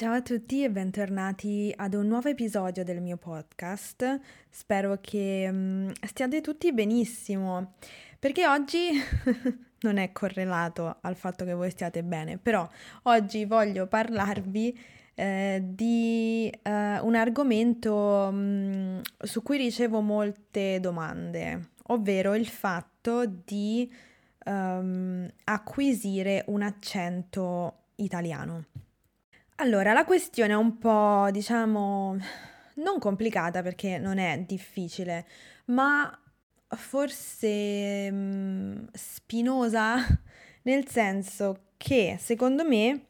Ciao a tutti e bentornati ad un nuovo episodio del mio podcast. Spero che stiate tutti benissimo, perché oggi non è correlato al fatto che voi stiate bene, però oggi voglio parlarvi di un argomento su cui ricevo molte domande, ovvero il fatto di acquisire un accento italiano. Allora, la questione è un po', diciamo, non complicata perché non è difficile, ma forse spinosa, nel senso che secondo me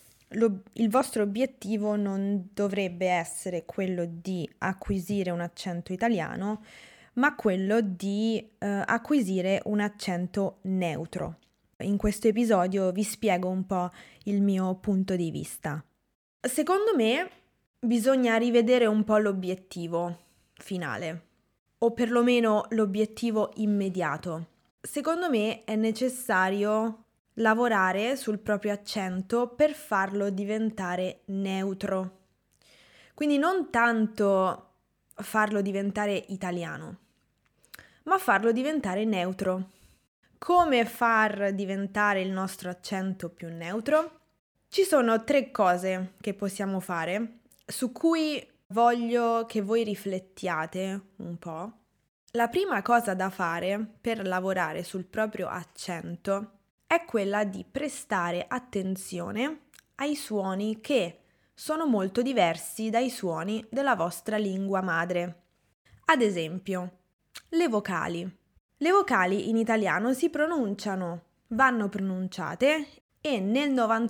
il vostro obiettivo non dovrebbe essere quello di acquisire un accento italiano, ma quello di acquisire un accento neutro. In questo episodio vi spiego un po' il mio punto di vista. Secondo me bisogna rivedere un po' l'obiettivo finale, o perlomeno l'obiettivo immediato. Secondo me è necessario lavorare sul proprio accento per farlo diventare neutro. Quindi non tanto farlo diventare italiano, ma farlo diventare neutro. Come far diventare il nostro accento più neutro? Ci sono 3 cose che possiamo fare su cui voglio che voi riflettiate un po'. La prima cosa da fare per lavorare sul proprio accento è quella di prestare attenzione ai suoni che sono molto diversi dai suoni della vostra lingua madre. Ad esempio, le vocali. Le vocali in italiano si pronunciano, vanno pronunciate e nel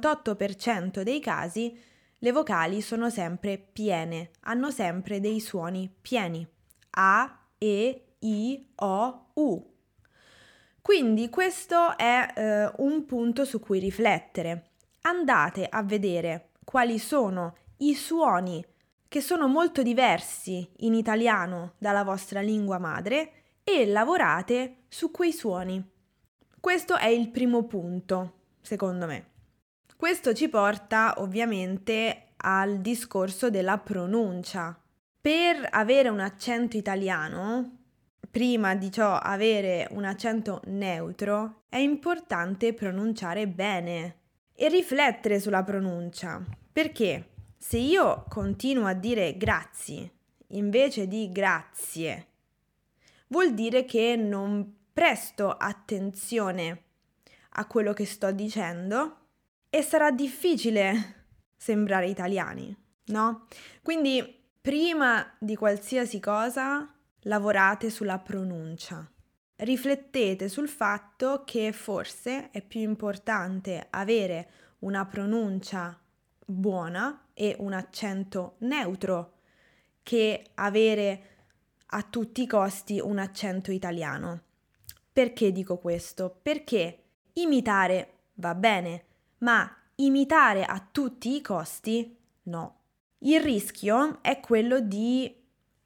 98% dei casi le vocali sono sempre piene, hanno sempre dei suoni pieni. A, E, I, O, U. Quindi questo è un punto su cui riflettere. Andate a vedere quali sono i suoni che sono molto diversi in italiano dalla vostra lingua madre e lavorate su quei suoni. Questo è il primo punto, secondo me. Questo ci porta ovviamente al discorso della pronuncia. Per avere un accento italiano, prima di ciò avere un accento neutro, è importante pronunciare bene e riflettere sulla pronuncia. Perché se io continuo a dire grazie invece di grazie, vuol dire che non presto attenzione a quello che sto dicendo e sarà difficile sembrare italiani, no? Quindi prima di qualsiasi cosa lavorate sulla pronuncia. Riflettete sul fatto che forse è più importante avere una pronuncia buona e un accento neutro che avere a tutti i costi un accento italiano. Perché dico questo? Perché imitare va bene, ma imitare a tutti i costi no. Il rischio è quello di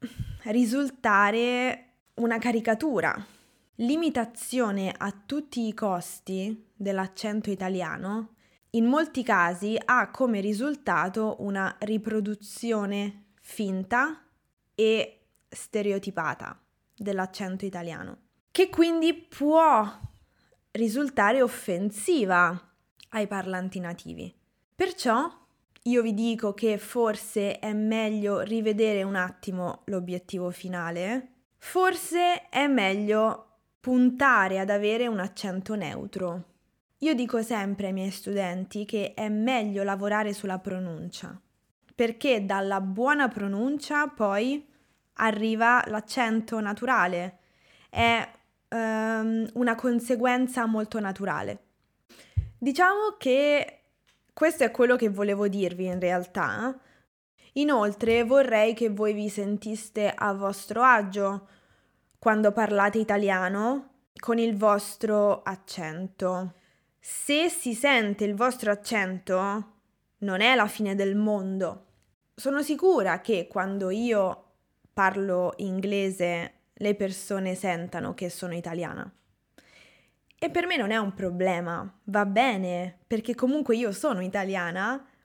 risultare una caricatura. L'imitazione a tutti i costi dell'accento italiano in molti casi ha come risultato una riproduzione finta e stereotipata dell'accento italiano, che quindi può risultare offensiva ai parlanti nativi. Perciò io vi dico che forse è meglio rivedere un attimo l'obiettivo finale, forse è meglio puntare ad avere un accento neutro. Io dico sempre ai miei studenti che è meglio lavorare sulla pronuncia, perché dalla buona pronuncia poi arriva l'accento naturale, è una conseguenza molto naturale. Diciamo che questo è quello che volevo dirvi in realtà. Inoltre vorrei che voi vi sentiste a vostro agio quando parlate italiano con il vostro accento. Se si sente il vostro accento, non è la fine del mondo. Sono sicura che quando io parlo inglese le persone sentano che sono italiana. E per me non è un problema, va bene, perché comunque io sono italiana,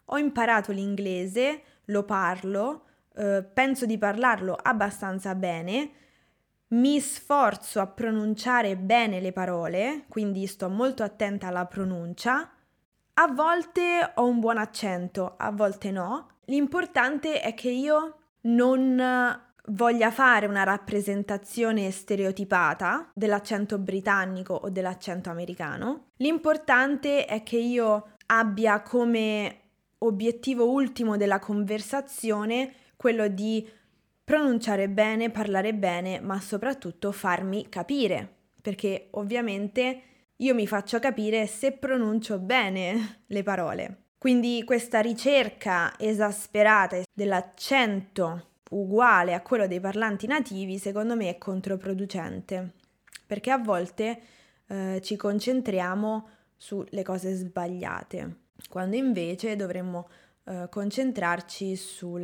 Ho imparato l'inglese, lo parlo, penso di parlarlo abbastanza bene, mi sforzo a pronunciare bene le parole, quindi sto molto attenta alla pronuncia. A volte ho un buon accento, a volte no. L'importante è che io non voglia fare una rappresentazione stereotipata dell'accento britannico o dell'accento americano. L'importante è che io abbia come obiettivo ultimo della conversazione quello di pronunciare bene, parlare bene, ma soprattutto farmi capire, perché ovviamente io mi faccio capire se pronuncio bene le parole. Quindi questa ricerca esasperata dell'accento uguale a quello dei parlanti nativi, secondo me è controproducente, perché a volte ci concentriamo sulle cose sbagliate, quando invece dovremmo concentrarci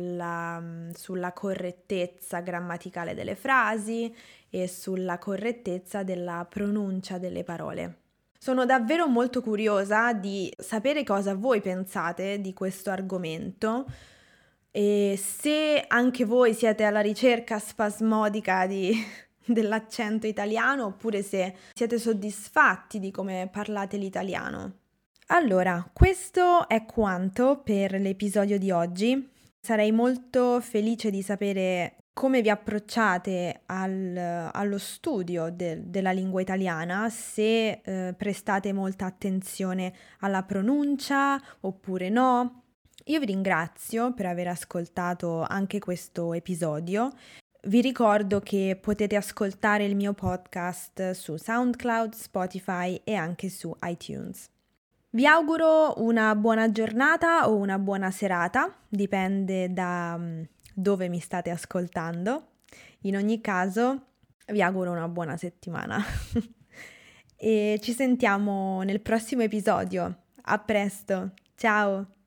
sulla correttezza grammaticale delle frasi e sulla correttezza della pronuncia delle parole. Sono davvero molto curiosa di sapere cosa voi pensate di questo argomento e se anche voi siete alla ricerca spasmodica dell'accento italiano oppure se siete soddisfatti di come parlate l'italiano. Allora, questo è quanto per l'episodio di oggi. Sarei molto felice di sapere come vi approcciate allo studio della lingua italiana, se prestate molta attenzione alla pronuncia oppure no. Io vi ringrazio per aver ascoltato anche questo episodio. Vi ricordo che potete ascoltare il mio podcast su SoundCloud, Spotify e anche su iTunes. Vi auguro una buona giornata o una buona serata, dipende da dove mi state ascoltando. In ogni caso, vi auguro una buona settimana e ci sentiamo nel prossimo episodio. A presto, ciao!